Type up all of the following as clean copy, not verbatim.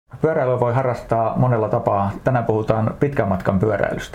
Pyöräilyä voi harrastaa monella tapaa. Tänään puhutaan pitkän matkan pyöräilystä.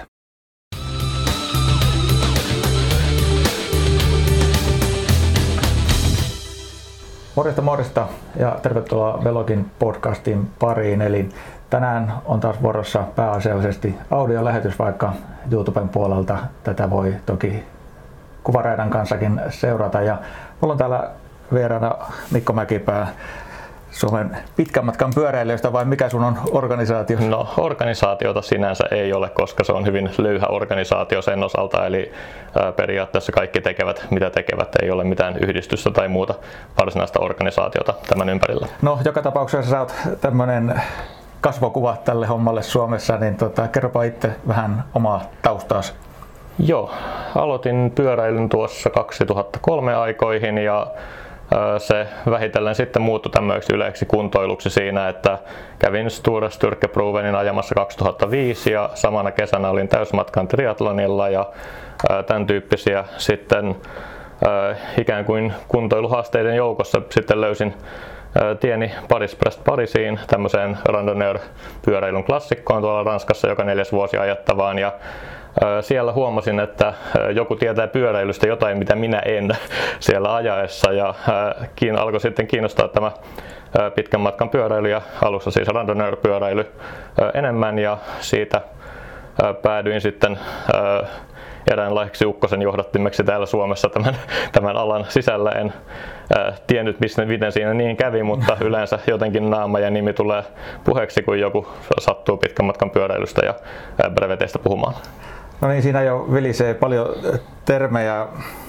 Morjesta ja tervetuloa Velogin podcastin pariin. Eli tänään on taas vuorossa pääasiallisesti audiolähetys, vaikka YouTuben puolelta tätä voi toki kuvaraidan kanssakin seurata. Ja mulla on täällä vieraana Mikko Mäkipää, Suomen pitkän matkan pyöräilijöistä, vai mikä sun on organisaatio? No, organisaatiota sinänsä ei ole, koska se on hyvin löyhä organisaatio sen osalta, eli periaatteessa kaikki tekevät mitä tekevät, ei ole mitään yhdistystä tai muuta varsinaista organisaatiota tämän ympärillä. No, joka tapauksessa sä oot tämmönen kasvokuva tälle hommalle Suomessa, niin kerropa itse vähän omaa taustaasi. Joo, aloitin pyöräilyn tuossa 2003 aikoihin ja se vähitellen sitten muuttui tämmöiseksi yleiseksi kuntoiluksi siinä, että kävin Stora Styrkeprovenin ajamassa 2005 ja samana kesänä olin täysmatkan triathlonilla ja tämän tyyppisiä sitten ikään kuin kuntoiluhaasteiden joukossa sitten löysin tieni Paris-Brest-Parisiin tämmöiseen randonneur-pyöräilyn klassikkoon tuolla Ranskassa joka 4. vuosi ajattavaan ja siellä huomasin, että joku tietää pyöräilystä jotain, mitä minä en siellä ajaessa ja alkoi sitten kiinnostaa tämä pitkän matkan pyöräily ja alussa siis randonneur-pyöräily enemmän ja siitä päädyin sitten eräänlaiseksi ukkosen johdattimeksi täällä Suomessa tämän alan sisällä. En tiennyt, miten siinä niin kävi, mutta yleensä jotenkin naama ja nimi tulee puheeksi, kun joku sattuu pitkän matkan pyöräilystä ja breveteistä puhumaan. No niin, siinä jo vilisee paljon termejä.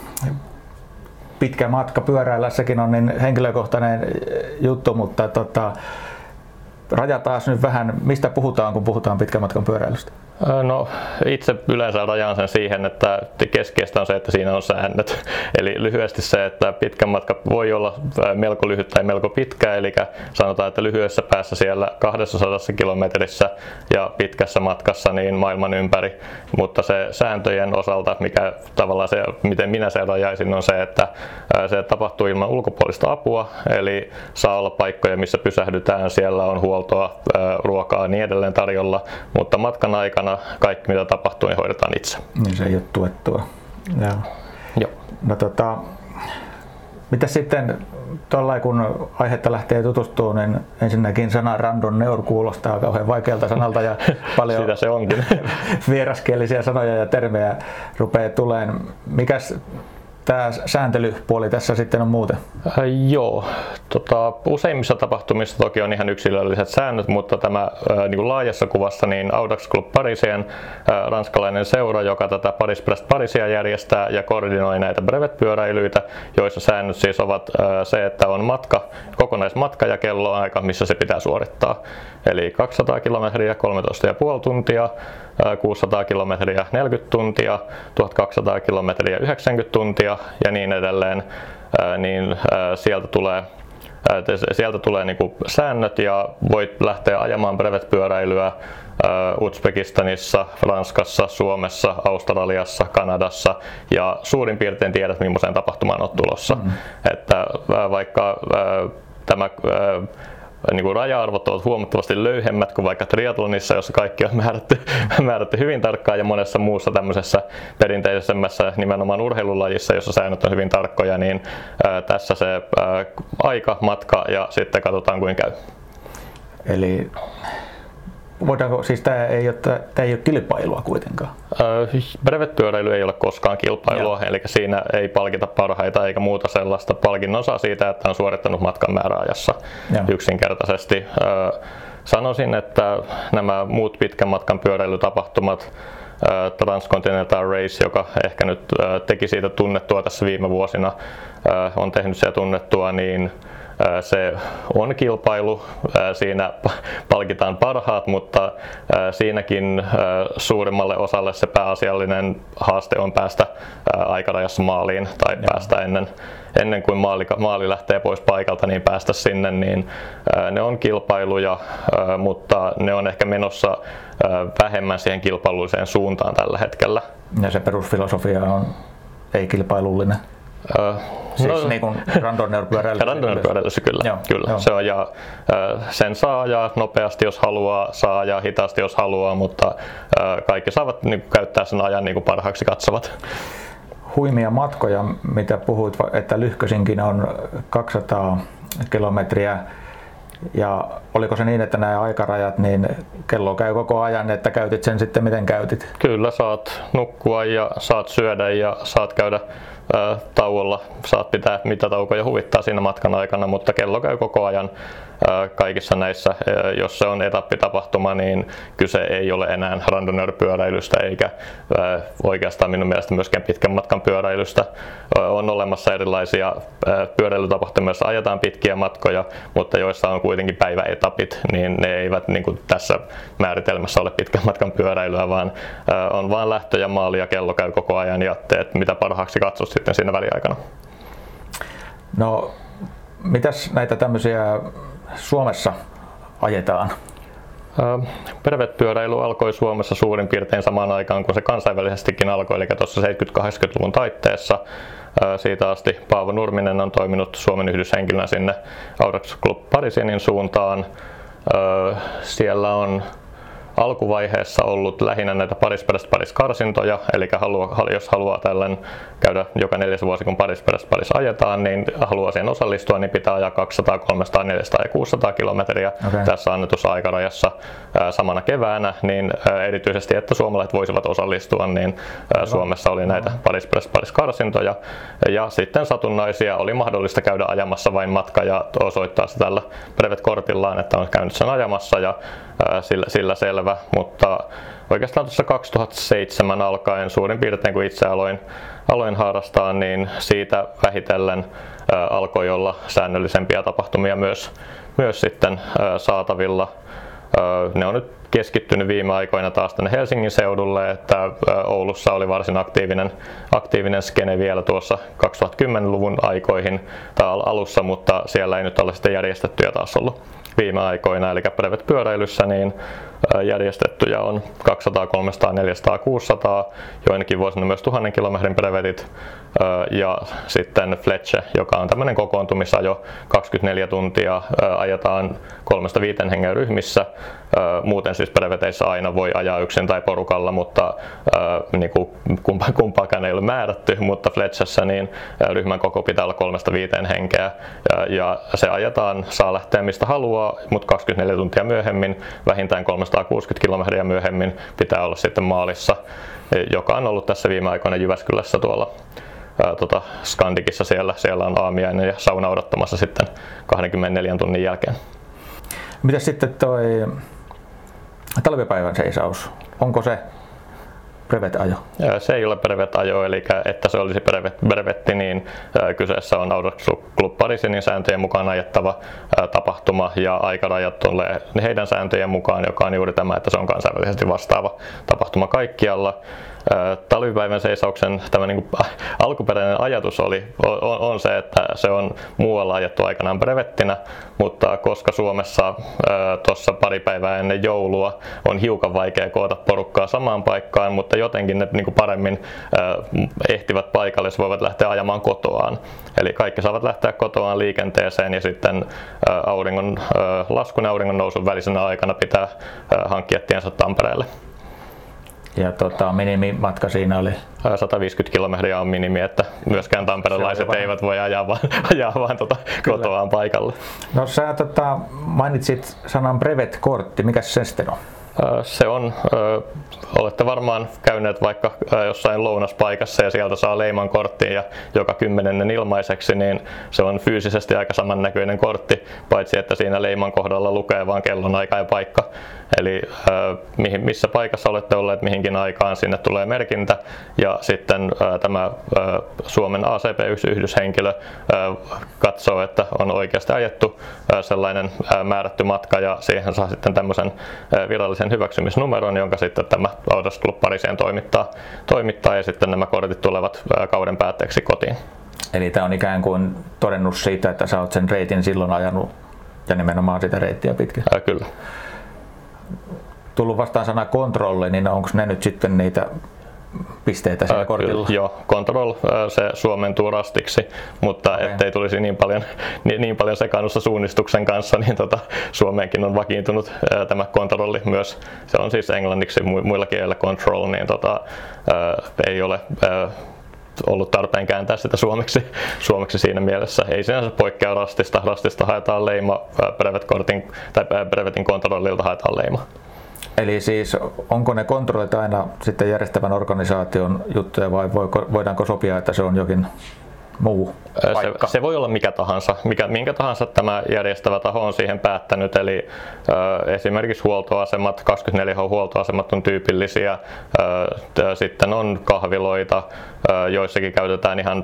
Pitkä matka pyöräillässäkin on niin henkilökohtainen juttu, mutta rajataan nyt vähän, mistä puhutaan, kun puhutaan pitkän matkan pyöräilystä? No, itse yleensä rajaan sen siihen, että keskeistä on se, että siinä on säännöt. Eli lyhyesti se, että pitkän matka voi olla melko lyhyt tai melko pitkä, eli sanotaan, että lyhyessä päässä siellä 200 kilometrissä ja pitkässä matkassa niin maailman ympäri. Mutta se sääntöjen osalta, mikä tavallaan se, miten minä sen rajaisin, on se, että se tapahtuu ilman ulkopuolista apua, eli saa olla paikkoja, missä pysähdytään, siellä on huoltoa, ruokaa ja niin edelleen tarjolla, mutta matkan aikana kaikki mitä tapahtuu, niin hoidetaan itse. Niin se ei ole tuettua. Joo. No mitä sitten tuollain kun aihetta lähtee tutustumaan, niin ensinnäkin sana randonneur kuulostaa kauhean vaikealta sanalta ja paljon sitä se onkin. vieraskielisiä sanoja ja termejä rupeaa tulemaan. Mikäs tämä sääntelypuoli tässä sitten on muuten? Joo, useimmissa tapahtumissa toki on ihan yksilölliset säännöt, mutta tämä niin kuin laajassa kuvassa niin Audax Club Parisien ranskalainen seura, joka tätä Paris-Brest-Parisia järjestää ja koordinoi näitä brevet-pyöräilyitä, joissa säännöt siis ovat se, että on kokonaismatka ja kelloaika, missä se pitää suorittaa. Eli 200 kilometriä 13,5 tuntia, 600 kilometriä 40 tuntia, 1200 kilometriä 90 tuntia ja niin edelleen, niin sieltä tulee niin kuin säännöt ja voit lähteä ajamaan brevet-pyöräilyä Uzbekistanissa, Ranskassa, Suomessa, Australiassa, Kanadassa ja suurin piirtein tiedät, millaiseen tapahtumaan olet tulossa. Että vaikka tämä niin kuin raja-arvot ovat huomattavasti löyhemmät kuin vaikka triathlonissa, jossa kaikki on määrätty hyvin tarkkaan ja monessa muussa tämmöisessä perinteisemmässä nimenomaan urheilulajissa, jossa säännöt on hyvin tarkkoja, niin tässä se aika, matka ja sitten katsotaan kuinka käy. Eli voidaanko, siis tämä ei ole kilpailua kuitenkaan? Brevet-pyöräily ei ole koskaan kilpailua, eli siinä ei palkita parhaita eikä muuta sellaista. Palkinnon saa siitä, että on suorittanut matkan määräajassa yksinkertaisesti. Sanoisin, että nämä muut pitkän matkan pyöräilytapahtumat, Transcontinental Race, joka ehkä nyt teki siitä tunnettua tässä viime vuosina, on tehnyt sitä tunnettua, niin se on kilpailu, siinä palkitaan parhaat, mutta siinäkin suurimmalle osalle se pääasiallinen haaste on päästä aikarajassa maaliin tai päästä ennen kuin maali lähtee pois paikalta, niin päästä sinne, niin ne on kilpailuja, mutta ne on ehkä menossa vähemmän siihen kilpailulliseen suuntaan tällä hetkellä. Ja se perusfilosofia on ei kilpailullinen? Siis niin kuin randonneur-pyöräily? Randonneur-pyöräilyssä kyllä. Se on, ja sen saa ajaa nopeasti jos haluaa, saa ajaa hitaasti jos haluaa, mutta kaikki saavat niin kuin käyttää sen ajan niin kuin parhaaksi katsovat. Huimia matkoja, mitä puhuit, että lyhkösinkin on 200 kilometriä. Ja oliko se niin, että nämä aikarajat, niin kello käy koko ajan, että käytit sen sitten miten käytit? Kyllä, saat nukkua ja saat syödä ja saat käydä tauolla, saat pitää mitä taukoja huvittaa siinä matkan aikana, mutta kello käy koko ajan kaikissa näissä. Jos se on etappitapahtuma, niin kyse ei ole enää randonneur-pyöräilystä eikä oikeastaan minun mielestä myöskään pitkän matkan pyöräilystä. On olemassa erilaisia pyöräilytapahtumia, joissa ajetaan pitkiä matkoja, mutta joissa on kuitenkin päiväetapit, niin ne eivät niin kuin tässä määritelmässä ole pitkän matkan pyöräilyä, vaan on vain lähtö ja maali ja kello käy koko ajan ja teet mitä parhaaksi katsot sitten siinä väliaikana. No, mitäs näitä tämmöisiä Suomessa ajetaan? Brevet-pyöräily alkoi Suomessa suurin piirtein samaan aikaan kuin se kansainvälisestikin alkoi, eli tuossa 70-80-luvun taitteessa. Siitä asti Paavo Nurminen on toiminut Suomen yhdyshenkilönä sinne Audax Club Parisinin suuntaan. Siellä on alkuvaiheessa ollut lähinnä näitä Paris-karsintoja, eli jos haluaa tällöin käydä joka 4 vuosi, kun Paris ajetaan, niin haluaa siihen osallistua, niin pitää ajaa 200, 300, 400 ja 600 kilometriä tässä annetussa aikarajassa samana keväänä, niin erityisesti, että suomalaiset voisivat osallistua, niin Suomessa oli näitä Paris-karsintoja, ja sitten satunnaisia oli mahdollista käydä ajamassa vain matka ja osoittaa se tällä brevet-kortillaan, että on käynyt sen ajamassa, ja sillä selvä, mutta oikeastaan tuossa 2007 alkaen suurin piirtein kun itse aloin harrastaa, niin siitä vähitellen alkoi olla säännöllisempiä tapahtumia myös sitten saatavilla. Ne on nyt keskittynyt viime aikoina taas tänne Helsingin seudulle, että Oulussa oli varsin aktiivinen skene vielä tuossa 2010-luvun aikoihin tai alussa, mutta siellä ei nyt ole sitten järjestettyjä taas ollut viime aikoina, eli brevet-pyöräilyssä niin järjestettyjä on 200, 300, 400, 600, joinakin vuosina myös 1000 kilometrin brevetit, ja sitten Fletche, joka on tämmöinen kokoontumisajo, 24 tuntia ajetaan 3-5 hengen ryhmissä. Muuten siis breveteissä aina voi ajaa yksin tai porukalla, mutta niin kuin kumpaakaan ei ole määrätty, mutta Fletchessä niin ryhmän koko pitää olla 3-5 henkeä, ja se ajetaan, saa lähteä mistä haluaa, mutta 24 tuntia myöhemmin, vähintään 360 kilometriä myöhemmin pitää olla sitten maalissa, joka on ollut tässä viime aikoina Jyväskylässä tuolla Skandikissa, siellä on aamiainen ja sauna odottamassa sitten 24 tunnin jälkeen. Mitäs sitten toi talvipäivän seisaus? Onko se brevet-ajo? Se ei ole brevet-ajo, eli että se olisi brevetti, niin kyseessä on Audax Club Parisinin sääntöjen mukaan ajettava tapahtuma, ja aikarajat tulee heidän sääntöjen mukaan, joka on juuri tämä, että se on kansainvälisesti vastaava tapahtuma kaikkialla. Talvipäivän seisauksen tämä niin kuin alkuperäinen ajatus on se, että se on muualla ajettu aikanaan brevettinä, mutta koska Suomessa tuossa pari päivää ennen joulua on hiukan vaikea koota porukkaa samaan paikkaan, mutta jotenkin ne niin kuin paremmin ehtivät paikalle, jos voivat lähteä ajamaan kotoaan. Eli kaikki saavat lähteä kotoaan liikenteeseen, ja sitten auringon laskun ja auringon nousun välisenä aikana pitää hankkia tiensä Tampereelle. Ja minimimatka siinä oli? 150 kilometriä on minimi, että myöskään tamperelaiset eivät voi ajaa vaan kotoaan paikalle. No sä mainitsit sanan brevet-kortti, mikä se sitten on? Se on, olette varmaan käyneet vaikka jossain lounaspaikassa ja sieltä saa leiman korttiin ja joka 10. ilmaiseksi, niin se on fyysisesti aika samannäköinen kortti, paitsi että siinä leiman kohdalla lukee vain kellonaika ja paikka. Eli missä paikassa olette olleet mihinkin aikaan, sinne tulee merkintä, ja sitten tämä Suomen ACP-yhdyshenkilö katsoo, että on oikeasti ajettu sellainen määrätty matka, ja siihen saa sitten tämmöisen virallisen hyväksymisnumeron, jonka sitten tämä Audax Club Parisien toimittaa, ja sitten nämä kortit tulevat kauden päätteeksi kotiin. Eli tämä on ikään kuin todennut siitä, että sä oot sen reitin silloin ajanut, ja nimenomaan sitä reittiä pitkin? Kyllä. Tullut vastaan sana kontrolli, niin onko ne nyt sitten niitä pisteitä siellä kortilla? Joo, Control se suomentuu Rustiksi, mutta ettei tulisi niin paljon sekaannusta suunnistuksen kanssa, niin Suomeenkin on vakiintunut tämä Controlli myös. Se on siis englanniksi muilla kielillä Control, niin ei ole ollut tarpeen kääntää sitä suomeksi siinä mielessä. Ei sinänsä poikkea Rustista. Rustista haetaan leima, Brevetin Controlilta haetaan leima. Eli siis onko ne kontrollit aina sitten järjestävän organisaation juttuja vai voidaanko sopia, että se on jokin muu paikka? Se voi olla mikä tahansa. Minkä tahansa tämä järjestävä taho on siihen päättänyt. Eli esimerkiksi huoltoasemat, 24H-huoltoasemat on tyypillisiä. Sitten on kahviloita, joissakin käytetään ihan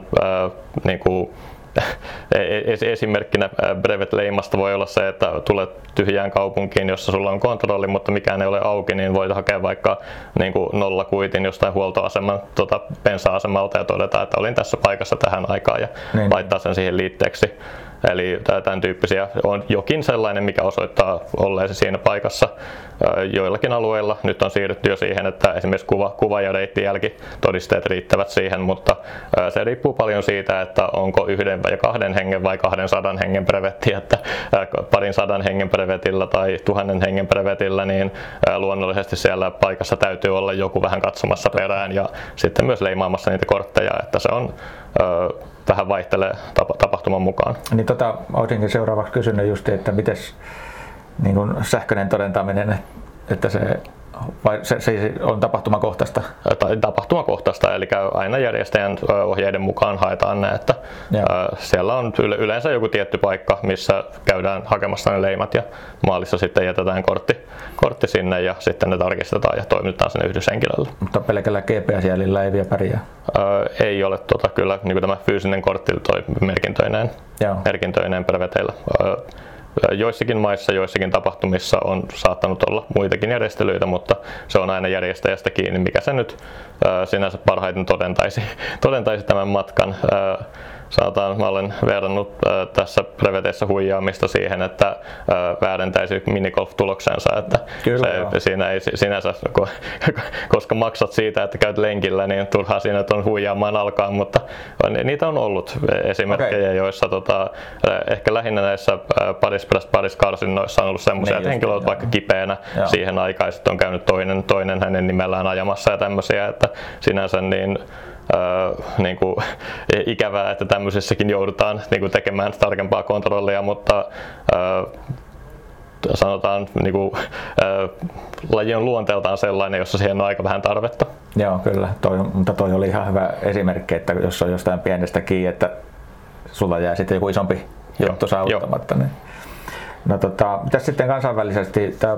esimerkkinä Brevet-leimasta voi olla se, että tulet tyhjään kaupunkiin, jossa sulla on kontrolli, mutta mikään ei ole auki, niin voit hakea vaikka nollakuitin jostain huoltoaseman bensa-asemalta ja todeta, että olin tässä paikassa tähän aikaan ja laittaa sen siihen liitteeksi. Eli tämän tyyppisiä on jokin sellainen, mikä osoittaa olleesi siinä paikassa. Joillakin alueilla nyt on siirrytty jo siihen, että esimerkiksi kuva- ja reittijälkitodisteet riittävät siihen, mutta se riippuu paljon siitä, että onko 1 vai 2 hengen vai 200 hengen brevetti, että 200 hengen brevetillä tai 1000 hengen brevetillä, niin luonnollisesti siellä paikassa täytyy olla joku vähän katsomassa perään ja sitten myös leimaamassa niitä kortteja, että se on vähän vaihtelee tapahtuman mukaan. Niin olisinkin seuraavaksi kysynyt just, että miten sähköinen todentaminen, että se on tapahtumakohtaista? Tapahtumakohtaista, eli aina järjestäjän ohjeiden mukaan haetaan ne, että siellä on yleensä joku tietty paikka, missä käydään hakemassa ne leimat ja maalissa sitten jätetään kortti sinne ja sitten ne tarkistetaan ja toimitetaan sinne yhdyshenkilölle. Mutta pelkällä GPS-jäljellä ei vielä pärjää? Ei ole kyllä niin kuin tämä fyysinen kortti toi merkintöineen breveteillä. Joissakin maissa, joissakin tapahtumissa on saattanut olla muitakin järjestelyitä, mutta se on aina järjestäjästä kiinni, mikä se nyt sinänsä parhaiten todentaisi tämän matkan. Sanotaan, mä olen verrannut tässä breveteissä huijaamista siihen, että väärentäisi minigolf-tuloksensa, että siinä ei sinänsä, koska maksat siitä, että käyt lenkillä, niin turhaa siinä, että on huijaamaan alkaa, mutta niitä on ollut esimerkkejä, joissa ehkä lähinnä näissä pariskarsinnoissa on ollut sellaisia, että henkilö on vaikka kipeänä siihen aikaan ja sitten on käynyt toinen hänen nimellään ajamassa ja tämmöisiä, että sinänsä ikävää, että tämmöisessäkin joudutaan tekemään tarkempaa kontrollia, mutta sanotaan laji on luonteeltaan sellainen, jossa siihen on aika vähän tarvetta. Joo, kyllä. Mutta toi oli ihan hyvä esimerkki, että jos on jostain pienestä kiinni, että sulla jää sitten joku isompi juttu saavuttamatta. Niin. No mitäs sitten kansainvälisesti tämä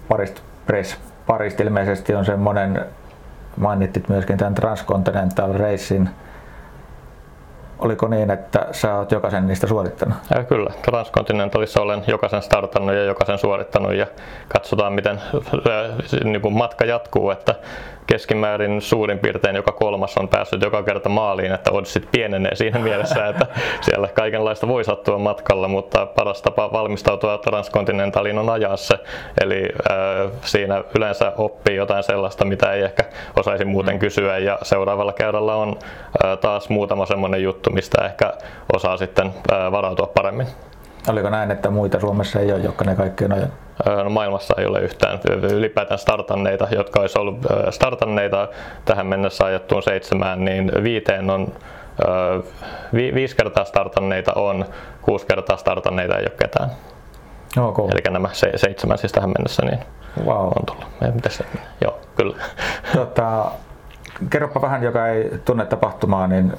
Paris ilmeisesti on semmoinen, mainittit myöskin tämän Transcontinental Racin. Oliko niin, että sä oot jokaisen niistä suorittanut? Kyllä, Transcontinentalissa olen jokaisen startannut ja jokaisen suorittanut ja katsotaan miten matka jatkuu, että keskimäärin suurin piirtein joka kolmas on päässyt joka kerta maaliin, että oddsit pienenee siinä mielessä, että siellä kaikenlaista voi sattua matkalla, mutta paras tapa valmistautua Transcontinentaliin on ajaa se, eli siinä yleensä oppii jotain sellaista, mitä ei ehkä osaisi muuten kysyä ja seuraavalla kerralla on taas muutama semmoinen juttu, mistä ehkä osaa sitten varautua paremmin. Oliko näin, että muita Suomessa ei ole, jotka ne kaikki on ajanut? No, maailmassa ei ole yhtään ylipäätään startanneita, jotka olisi ollut startanneita tähän mennessä ajettuun 7, niin 5 on 5 kertaa startanneita on, 6 kertaa startanneita ei ole ketään. Okay. Eli nämä 7 siis tähän mennessä niin on tullut. Joo, kyllä. Kerropa vähän, joka ei tunne tapahtumaa, niin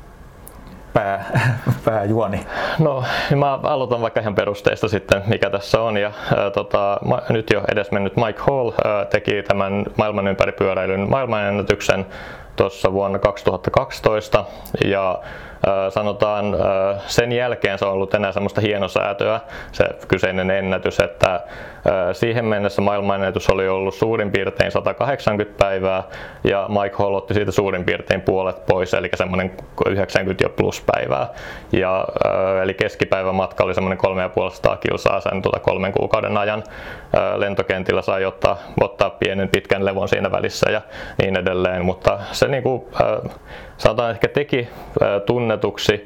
pääjuoni. No, mä aloitan vaikka ihan perusteista sitten, mikä tässä on. Ja, nyt jo edesmennyt Mike Hall teki tämän maailman ympäripyöräilyn maailmanennätyksen tuossa vuonna 2012 ja sanotaan sen jälkeen se on ollut enää semmoista hienosäätöä se kyseinen ennätys, että siihen mennessä maailmanennätys oli ollut suurin piirtein 180 päivää ja Mike Hall otti siitä suurin piirtein puolet pois, eli semmoinen 90 plus päivää. Ja, eli keskipäivämatka oli semmoinen 350 kilsaa sen 3 kuukauden ajan. Lentokentillä sai ottaa pienen pitkän levon siinä välissä ja niin edelleen, mutta se niinku, sanotaan ehkä teki tunnetuksi,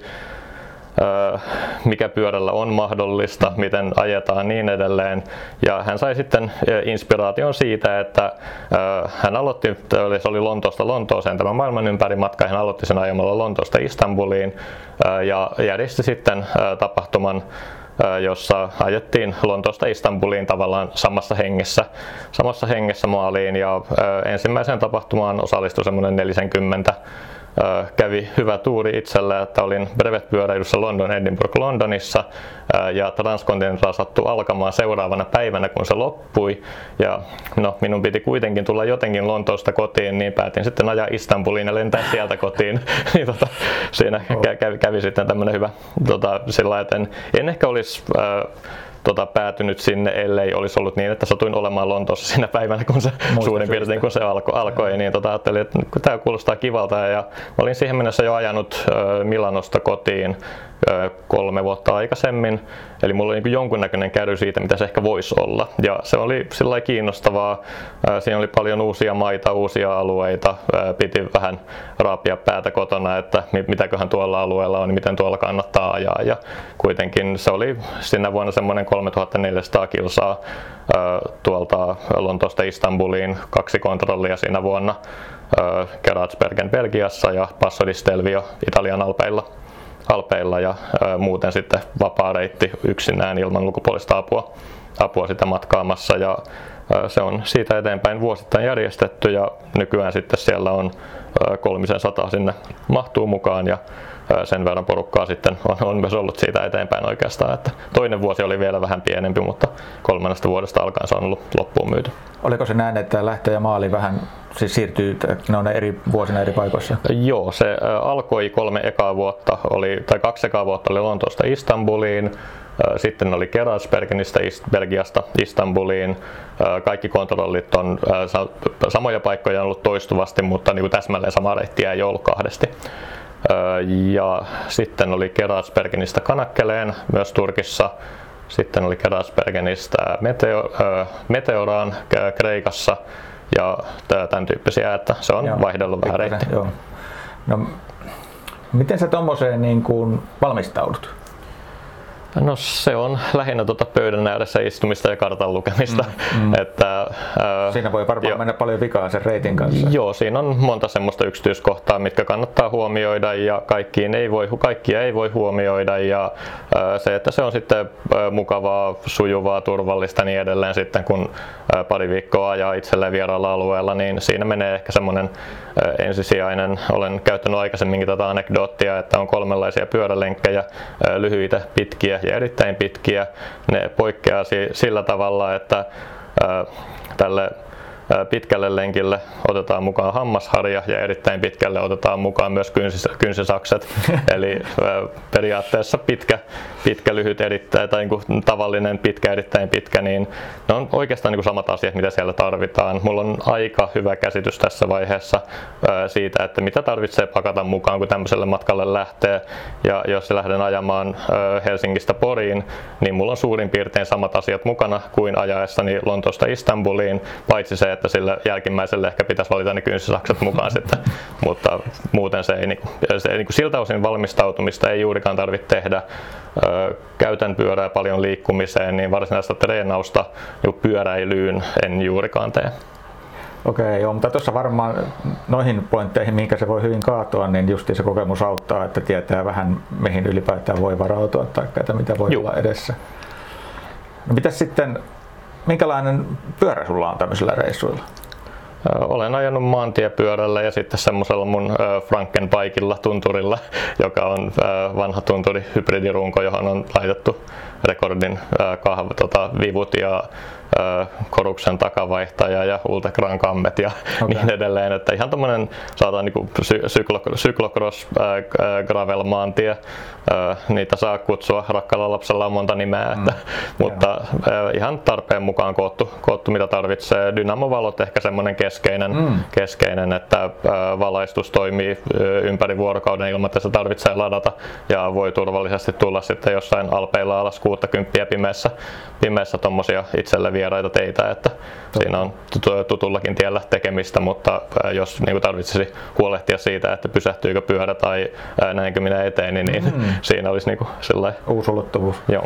mikä pyörällä on mahdollista, miten ajetaan niin edelleen. Ja hän sai sitten inspiraation siitä, että hän aloitti, se oli Lontoosta Lontooseen tämä maailman ympärimatka, hän aloitti sen ajamalla Lontoosta Istanbuliin ja järjesti sitten tapahtuman, jossa ajettiin Lontoosta Istanbuliin tavallaan samassa hengessä maaliin, ja ensimmäiseen tapahtumaan osallistui semmoinen 40. Kävi hyvä tuuri itselle, että olin brevet-pyöräilyssä Edinburgh-Londonissa ja Transcontinental sattui alkamaan seuraavana päivänä, kun se loppui. Ja no, minun piti kuitenkin tulla jotenkin Lontoosta kotiin, niin päätin sitten ajaa Istanbuliin ja lentää sieltä kotiin. Niin, siinä kävi sitten tämmöinen hyvä sillä, että en ehkä olisi päätynyt sinne, ellei olisi ollut niin, että satuin olemaan Lontoossa siinä päivänä, kun se suurin piirtein kun se alkoi, niin ajattelin, että tämä kuulostaa kivalta, ja olin siihen mennessä jo ajanut Milanosta kotiin 3 vuotta aikaisemmin, eli mulla oli jonkunnäköinen käry siitä, mitä se ehkä voisi olla, ja se oli sillä kiinnostavaa. Siinä oli paljon uusia maita, uusia alueita, piti vähän raapia päätä kotona, että mitäköhän tuolla alueella on, miten tuolla kannattaa ajaa, ja kuitenkin se oli sinä vuonna semmoinen 3400 kilsaa tuolta Lontoosta Istanbuliin, 2 kontrollia siinä vuonna, Geraardsbergen Belgiassa ja Passo di Stelvio Italian alpeilla, ja muuten sitten vapaa reitti yksinään ilman ulkopuolista apua sitä matkaamassa, ja se on siitä eteenpäin vuosittain järjestetty, ja nykyään sitten siellä on 300 sinne mahtuu mukaan, ja sen verran porukkaa sitten on myös ollut siitä eteenpäin oikeastaan, että toinen vuosi oli vielä vähän pienempi, mutta 3. vuodesta alkaen se on ollut loppuun myyty. Oliko se näin, että lähtö ja maali vähän siis siirtyy, ne on eri vuosina eri paikoissa? Joo, se alkoi 2 ekaa vuotta oli Lontoosta Istanbuliin, sitten oli Geraardsbergenistä Belgiasta Istanbuliin. Kaikki kontrollit on samoja paikkoja on ollut toistuvasti, mutta niin kuin täsmälleen sama reittiä ei ollut kahdesti. Ja sitten oli Geraardsbergenistä Kanakkeleen myös Turkissa. Sitten oli Geraardsbergenistä Meteoraan Kreikassa ja tämän tyyppisiä, että se on vaihdellut vähän reitti. No, miten sä tommoseen niin kuin valmistaudut? No se on lähinnä pöydän ääressä istumista ja kartan lukemista. Että, siinä voi varmaan mennä paljon vikaa sen reitin kanssa. Joo, siinä on monta semmoista yksityiskohtaa, mitkä kannattaa huomioida, ja kaikkia ei voi huomioida, ja se, että se on sitten mukavaa, sujuvaa, turvallista niin edelleen sitten, kun pari viikkoa ajaa itselleen vieraalla alueella, niin siinä menee ehkä semmoinen ensisijainen, olen käyttänyt aikaisemminkin tätä anekdoottia, että on 3 pyörälenkkejä, lyhyitä, pitkiä ja erittäin pitkiä. Ne poikkeaa sillä tavalla, että tälle pitkälle lenkille otetaan mukaan hammasharja ja erittäin pitkälle otetaan mukaan myös kynsisakset. Eli periaatteessa pitkä lyhyt erittäin, tai niin tavallinen pitkä erittäin pitkä, niin ne on oikeastaan niin samat asiat, mitä siellä tarvitaan. Mulla on aika hyvä käsitys tässä vaiheessa siitä, että mitä tarvitsee pakata mukaan, kun tämmöiselle matkalle lähtee. Ja jos lähden ajamaan Helsingistä Poriin, niin mulla on suurin piirtein samat asiat mukana kuin ajaessani Lontoosta Istanbuliin, paitsi se, että sille jälkimmäiselle ehkä pitäisi valita ne kynsisakset mukaan sitten, mutta muuten se ei siltä osin valmistautumista ei juurikaan tarvitse tehdä. Käytän pyörää paljon liikkumiseen, niin varsinaista treenausta pyöräilyyn en juurikaan tee. Okei, joo, mutta tuossa varmaan noihin pointteihin, minkä se voi hyvin kaatua, niin justiin se kokemus auttaa, että tietää vähän mihin ylipäätään voi varautua tai että mitä voi olla edessä. No mitäs sitten, minkälainen pyörä sulla on tämmöisillä reissuilla? Olen ajanut maantiepyörällä ja sitten semmoisella mun Frankenbikella tunturilla, joka on vanha tunturi hybridirunko, johon on laitettu rekordin vivut ja Koruksen takavaihtaja ja Ultegran kammet ja niin edelleen, että ihan tommonen saadaan niinku cyclocross gravel maantie, niitä saa kutsua, rakkaalla lapsella on monta nimeä, mutta ihan tarpeen mukaan koottu mitä tarvitsee. Dynamovalot ehkä semmonen keskeinen, että valaistus toimii ympäri vuorokauden ilman, että se tarvitsee ladata ja voi turvallisesti tulla sitten jossain alpeilla alas 60 pimeässä tommosia itselle vieraita teitä, että siinä on tutullakin tiellä tekemistä, mutta jos niin tarvitsisi huolehtia siitä, että pysähtyykö pyörä tai näinkö minä eteen, niin siinä olisi niin sellainen uusi ulottuvuus. Joo.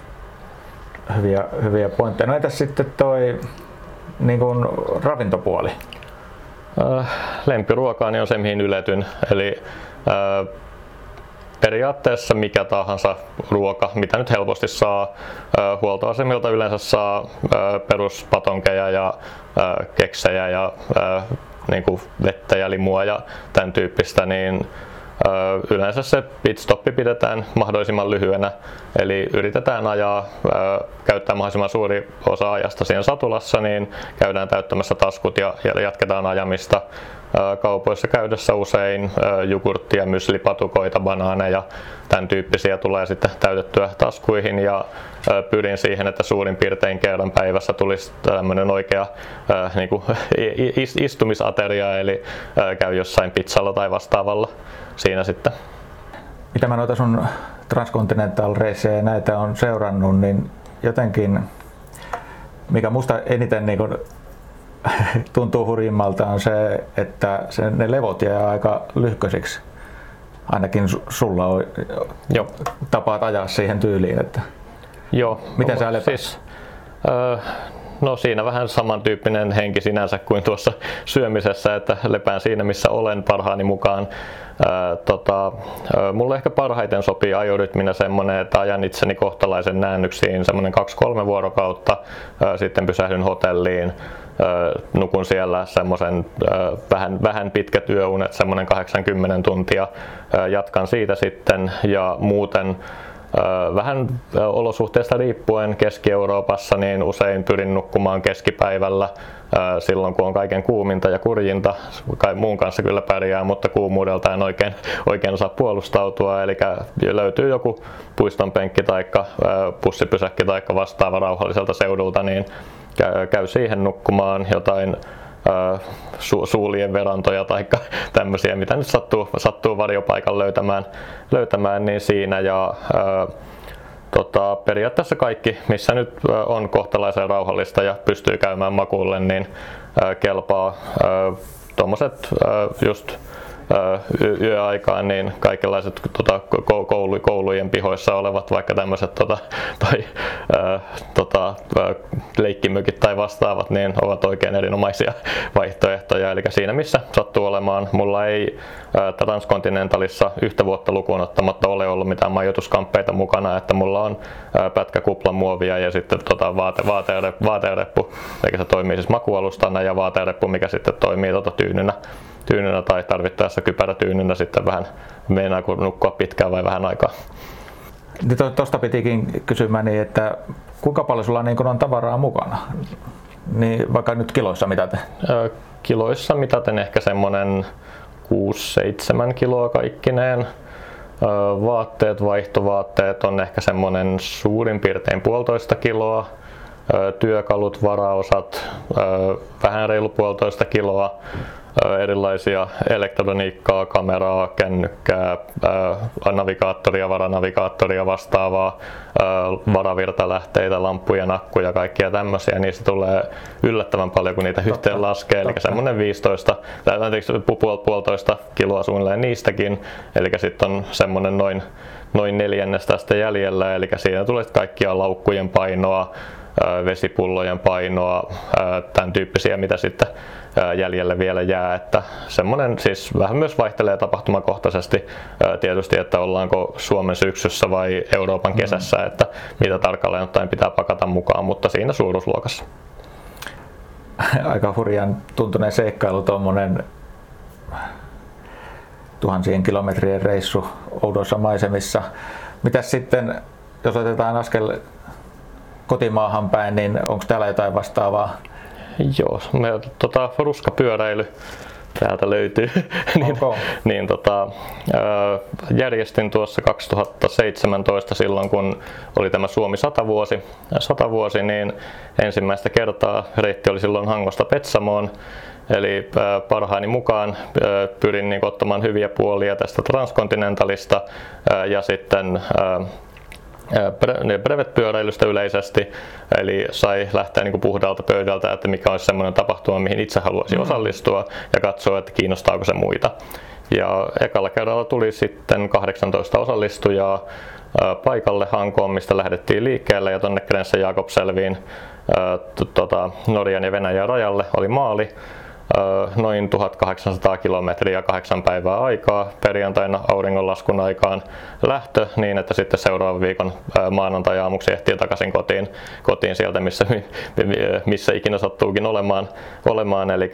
Hyviä pointteja. No entäs sitten toi niin kuin ravintopuoli? Lempiruokaani on se, mihin yletyn. Eli periaatteessa mikä tahansa ruoka, mitä nyt helposti saa. Huoltoasemilta yleensä saa peruspatonkeja ja keksejä ja niin kuin vettä ja limua ja tämän tyyppistä, niin yleensä se pitstoppi pidetään mahdollisimman lyhyenä, eli yritetään ajaa, käyttää mahdollisimman suuri osa ajasta siinä satulassa, niin käydään täyttämässä taskut ja jatketaan ajamista. Kaupoissa käydessä usein jogurttia, myslipatukoita, banaaneja, tämän tyyppisiä tulee sitten täytettyä taskuihin ja pyrin siihen, että suurin piirtein kerran päivässä tulisi tämmöinen oikea niin kuin istumisateria, eli käy jossain pizzalla tai vastaavalla siinä sitten. Mitä mä noita sun Transcontinental Racea ja näitä on seurannut, niin jotenkin mikä musta eniten niin kuin tuntuu hurjimmalta on se, että ne levot jää aika lyhköisiksi. Ainakin sulla on tapaat ajaa siihen tyyliin. Että joo. Miten sä lepät? Siis, no siinä vähän samantyyppinen henki sinänsä kuin tuossa syömisessä, että lepään siinä missä olen parhaani mukaan. Mulle ehkä parhaiten sopii ajorytminä semmoinen, että ajan itseni kohtalaisen näännyksiin semmoinen 2-3 vuorokautta, sitten pysähdyn hotelliin, nukun siellä semmoisen vähän pitkät yöunet, semmoinen 80 tuntia, jatkan siitä sitten ja muuten vähän olosuhteista riippuen Keski-Euroopassa niin usein pyrin nukkumaan keskipäivällä silloin kun on kaiken kuuminta ja kurjinta. Muun kanssa kyllä pärjää, mutta kuumuudelta en oikein osaa puolustautua. Eli löytyy joku puistonpenkki tai bussipysäkki tai vastaava rauhalliselta seudulta, niin käy siihen nukkumaan jotain suulien verantoja tai tämmöisiä, mitä nyt sattuu varjopaikan löytämään niin siinä ja periaatteessa kaikki, missä nyt on kohtalaisen rauhallista ja pystyy käymään makuulle, niin kelpaa tuommoiset just yöaikaan niin kaikenlaiset koulujen pihoissa olevat vaikka tämmöiset leikkimökit tai vastaavat niin ovat oikein erinomaisia vaihtoehtoja. Eli siinä missä sattuu olemaan, mulla ei Transcontinentalissa yhtä vuotta lukuun ottamatta ole ollut mitään majoituskamppeita mukana, että mulla on pätkäkuplan muovia ja sitten vaatereppu, eli se toimii siis makualustana ja vaatereppu, mikä sitten toimii tyynynä tai tarvittaessa kypärätyynynä sitten vähän meinaa kun nukkua pitkään vai vähän aikaa. Tuosta pitikin kysymään niin, että kuinka paljon sulla niin on tavaraa mukana? Niin vaikka nyt kiloissa mitaten? Kiloissa mitaten ehkä semmonen 6-7 kiloa kaikkineen. Vaihtovaatteet on ehkä semmonen suurin piirtein 1,5 kiloa. Työkalut, varaosat, vähän reilu 1,5 kiloa. Erilaisia elektroniikkaa, kameraa, kännykkää, navigaattoria, varanavigaattoria, vastaavaa, varavirtalähteitä, lamppuja, nakkuja, kaikkia tämmöisiä. Niistä tulee yllättävän paljon, kun niitä yhteen laskee. Eli semmoinen 1,5 kiloa suunnilleen niistäkin. Eli sitten on semmoinen noin 1/4 tästä jäljellä. Eli siinä tulee kaikkia laukkujen painoa, vesipullojen painoa, tämän tyyppisiä, mitä sitten jäljelle vielä jää, että semmoinen siis vähän myös vaihtelee tapahtumakohtaisesti tietysti, että ollaanko Suomen syksyssä vai Euroopan kesässä, että mitä tarkalleen ottaen pitää pakata mukaan, mutta siinä suuruusluokassa. Aika hurjan tuntuneen seikkailu tuommoinen tuhansien kilometrien reissu oudoissa maisemissa. Mitäs sitten, jos otetaan askel kotimaahan päin, niin onko täällä jotain vastaavaa? Joo, ruskapyöräily täältä löytyy. Järjestin tuossa 2017 silloin, kun oli tämä Suomi 100-vuosi, niin ensimmäistä kertaa reitti oli silloin Hangosta Petsamoon. Eli parhaani mukaan pyrin ottamaan hyviä puolia tästä Transcontinentalista ja sitten brevet-pyöräilystä yleisesti, eli sai lähteä niin kuin puhdaalta pöydältä, että mikä olisi semmoinen tapahtuma, mihin itse haluaisi osallistua ja katsoa, että kiinnostaako se muita. Ja ekalla kerralla tuli sitten 18 osallistujaa paikalle Hankoon, mistä lähdettiin liikkeelle, ja tuonne Grense Jakobselviin Norjan ja Venäjän rajalle oli maali. Noin 1800 kilometriä 8 päivää aikaa, perjantaina auringonlaskun aikaan lähtö, niin että sitten seuraavan viikon maanantai-aamuksi ehtii takaisin kotiin sieltä, missä ikinä sattuukin olemaan. Eli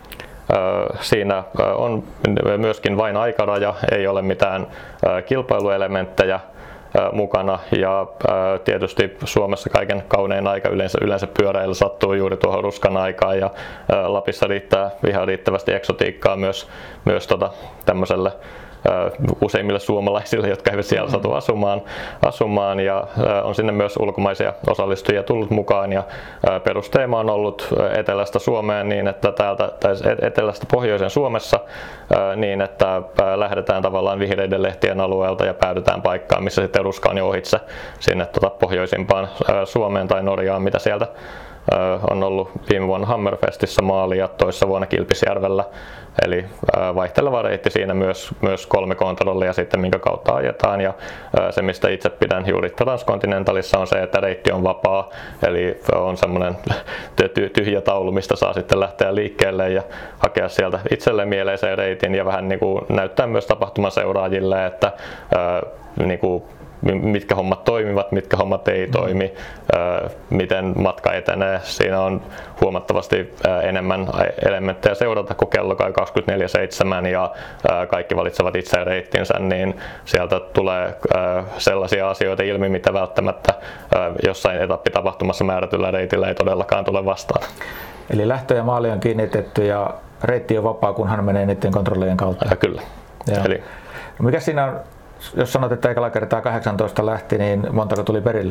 siinä on myöskin vain aikaraja, ei ole mitään kilpailuelementtejä mukana, ja tietysti Suomessa kaiken kaunein aika yleensä pyöräillä sattuu juuri tuohon ruskan aikaan, ja Lapissa riittää ihan riittävästi eksotiikkaa myös tämmöiselle useimmille suomalaisille, jotka eivät siellä satu asumaan, ja on sinne myös ulkomaisia osallistujia tullut mukaan, ja perusteema on ollut etelästä Suomeen niin, että etelästä pohjoisen Suomessa niin, että lähdetään tavallaan vihreiden lehtien alueelta ja päädytään paikkaan, missä sitten ruska on jo ohitse sinne pohjoisimpaan Suomeen tai Norjaan, mitä sieltä on ollut viime vuonna Hammerfestissä maali ja toissa vuonna Kilpisjärvellä. Eli vaihteleva reitti siinä myös 3 kontrollia sitten, minkä kautta ajetaan. Ja se, mistä itse pidän juuri Transcontinentalissa, on se, että reitti on vapaa. Eli on semmoinen tyhjä taulu, mistä saa sitten lähteä liikkeelle ja hakea sieltä itselleen mieleiseen reitin. Ja vähän niin kuin näyttää myös tapahtuman seuraajille, että niin kuin mitkä hommat toimivat, mitkä hommat ei toimi, miten matka etenee. Siinä on huomattavasti enemmän elementtejä seurata, kun kello kai 24/7 ja kaikki valitsevat itse reittinsä, niin sieltä tulee sellaisia asioita ilmi, mitä välttämättä jossain etappitapahtumassa määrätyllä reitillä ei todellakaan tule vastaan. Eli lähtö ja maali on kiinnitetty ja reitti on vapaa, kunhan menee niiden kontrollien kautta. Kyllä. Eli mikä siinä on? Jos sanot, että ekalla kertaa 18 lähti, niin montako tuli perille?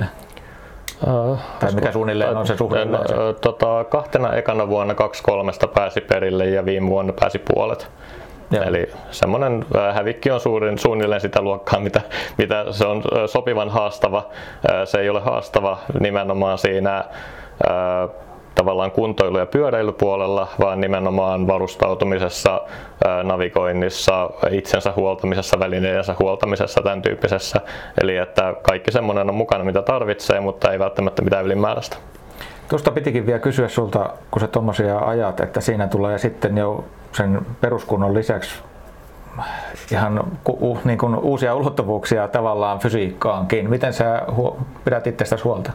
Tai mikä suunnilleen on se suhde? Kahtena ekana vuonna 2/3 pääsi perille ja viime vuonna pääsi puolet. Joo. Eli semmoinen hävikki on suunnilleen sitä luokkaa, mitä se on sopivan haastava. Se ei ole haastava nimenomaan siinä tavallaan kuntoilu- ja pyöräilypuolella, vaan nimenomaan varustautumisessa, navigoinnissa, itsensä huoltamisessa, välineidensä huoltamisessa, tämän tyyppisessä. Eli että kaikki semmoinen on mukana, mitä tarvitsee, mutta ei välttämättä mitään ylimääräistä. Tuosta pitikin vielä kysyä sulta, kun sä tommosia ajat, että siinä tulee sitten jo sen peruskunnon lisäksi ihan niin kuin uusia ulottuvuuksia tavallaan fysiikkaankin. Miten sä pidät itsestäsi huolta?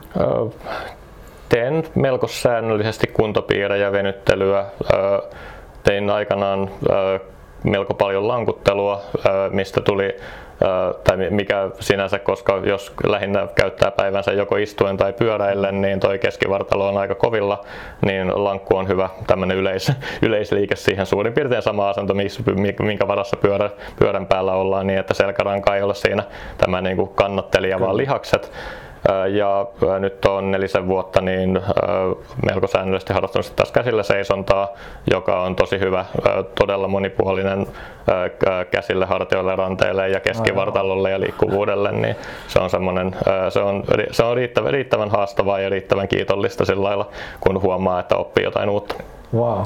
Teen melko säännöllisesti kuntopiirejä, venyttelyä. Tein aikanaan melko paljon lankuttelua, mistä tuli, tai mikä sinänsä, koska jos lähinnä käyttää päivänsä joko istuen tai pyöräillen, niin toi keskivartalo on aika kovilla, niin lankku on hyvä tämmöinen yleisliike siihen, suurin piirtein sama asento, minkä varassa pyörän päällä ollaan, niin että selkäranka ei ole siinä tämä niin kuin kannattelija, vaan lihakset. Ja nyt on 4 vuotta niin melko säännöllisesti harrastanut taas käsillä seisontaa, joka on tosi hyvä, todella monipuolinen käsille, hartioille, ranteille ja keskivartalolle ja liikkuvuudelle, niin se on semmoinen, se on riittävän haastavaa ja riittävän kiitollista sillä lailla, kun huomaa, että oppii jotain uutta. Wow.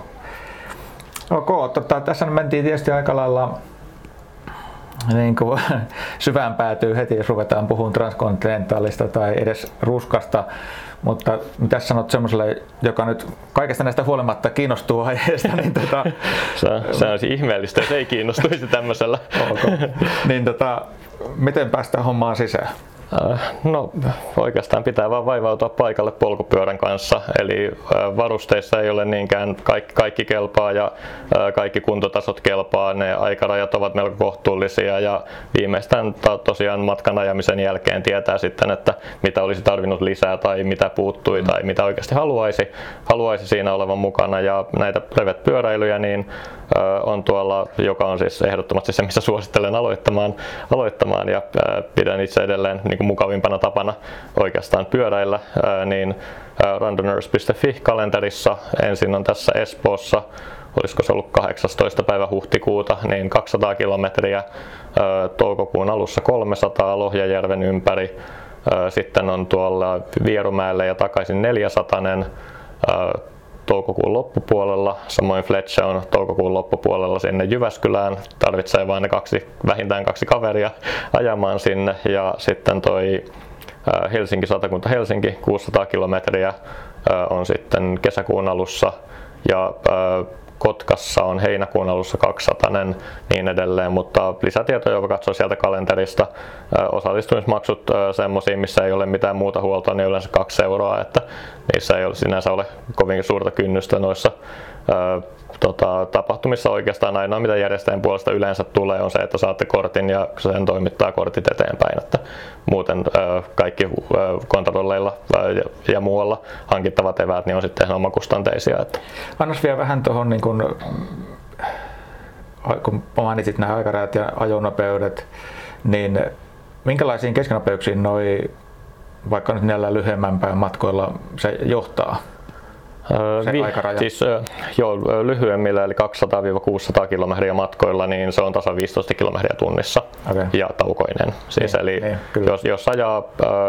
Ok, tässä mentiin tietysti aika lailla niin kuin syvään päätyy heti, jos ruvetaan puhumaan Transcontinentalista tai edes ruskasta, mutta mitä sanot semmoiselle, joka nyt kaikesta näistä huolimatta kiinnostuu aiheesta, niin se olisi ihmeellistä, jos ei kiinnostuisi tämmöisellä. Okay. Niin miten päästään hommaan sisään? No oikeastaan pitää vaan vaivautua paikalle polkupyörän kanssa, eli varusteissa ei ole niinkään kaikki kelpaa ja kaikki kuntotasot kelpaa, ne aikarajat ovat melko kohtuullisia ja viimeistään tosiaan matkan ajamisen jälkeen tietää sitten, että mitä olisi tarvinnut lisää tai mitä puuttui tai mitä oikeasti haluaisi siinä olevan mukana, ja näitä brevet-pyöräilyjä niin on tuolla, joka on siis ehdottomasti se, missä suosittelen aloittamaan ja pidän itse edelleen niin kuin mukavimpana tapana oikeastaan pyöräillä, niin randonneurs.fi-kalenterissa ensin on tässä Espoossa, olisiko se ollut 18. päivä huhtikuuta, niin 200 kilometriä, toukokuun alussa 300 Lohjajärven ympäri, Sitten on tuolla Vierumäelle ja takaisin 400 toukokuun loppupuolella. Samoin Fletcher on toukokuun loppupuolella sinne Jyväskylään. Tarvitsee vain vähintään 2 kaveria ajamaan sinne. Ja sitten toi Helsinki 600 kilometriä on sitten kesäkuun alussa. Ja Kotkassa on heinäkuun alussa 200 niin edelleen, mutta lisätietoja voi katsoa sieltä kalenterista. Osallistumismaksut semmoisiin, missä ei ole mitään muuta huoltoa, niin yleensä 2 €, että niissä ei ole sinänsä ole kovin suurta kynnystä noissa tapahtumissa. Oikeastaan ainoa mitä järjestäjän puolesta yleensä tulee on se, että saatte kortin ja sen toimittaa kortit eteenpäin. Että muuten kaikki kontrolleilla ja muualla hankittavat eväät niin on sitten omakustanteisia. Annas vielä vähän tuohon, niin kun mainitsit nämä aikarajat ja ajonopeudet, niin minkälaisiin keskinopeuksiin vaikka nyt näillä lyhyemmän matkoilla se johtaa? Siis lyhyemmillä eli 200-600 kilometriä matkoilla niin se on tasan 15 kilometriä tunnissa ja taukoinen. Siis eli jos ajaa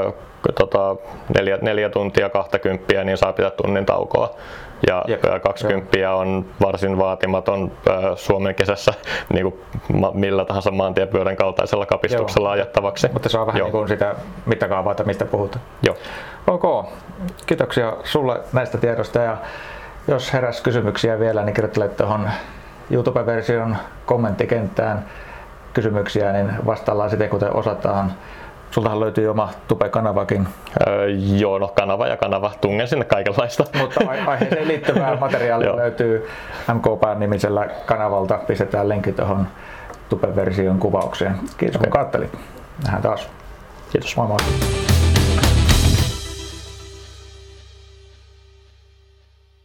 4 tuntia 20 niin saa pitää tunnin taukoa. Ja 20 on varsin vaatimaton Suomen kesässä niin kuin millä tahansa maantiepyörän kaltaisella kapistuksella ajettavaksi. Mutta se on vähän niin kuin sitä mittakaavaa, mitä puhutaan. Joo. Ok, kiitoksia sulle näistä tiedosta ja jos heräsi kysymyksiä vielä, niin kirjoittele tuohon YouTube-version kommenttikenttään kysymyksiä, niin vastaillaan sitten kuten osataan. Sultahan löytyy oma Tupe-kanavakin. Joo, no kanava, tungen sinne kaikenlaista. Mutta aiheeseen liittyvää materiaalia löytyy MK-pään-nimisellä kanavalta. Pistetään linkki tuohon Tupe-version kuvaukseen. Kiitos kun katselit. Nähdään taas. Kiitos. Moi moi.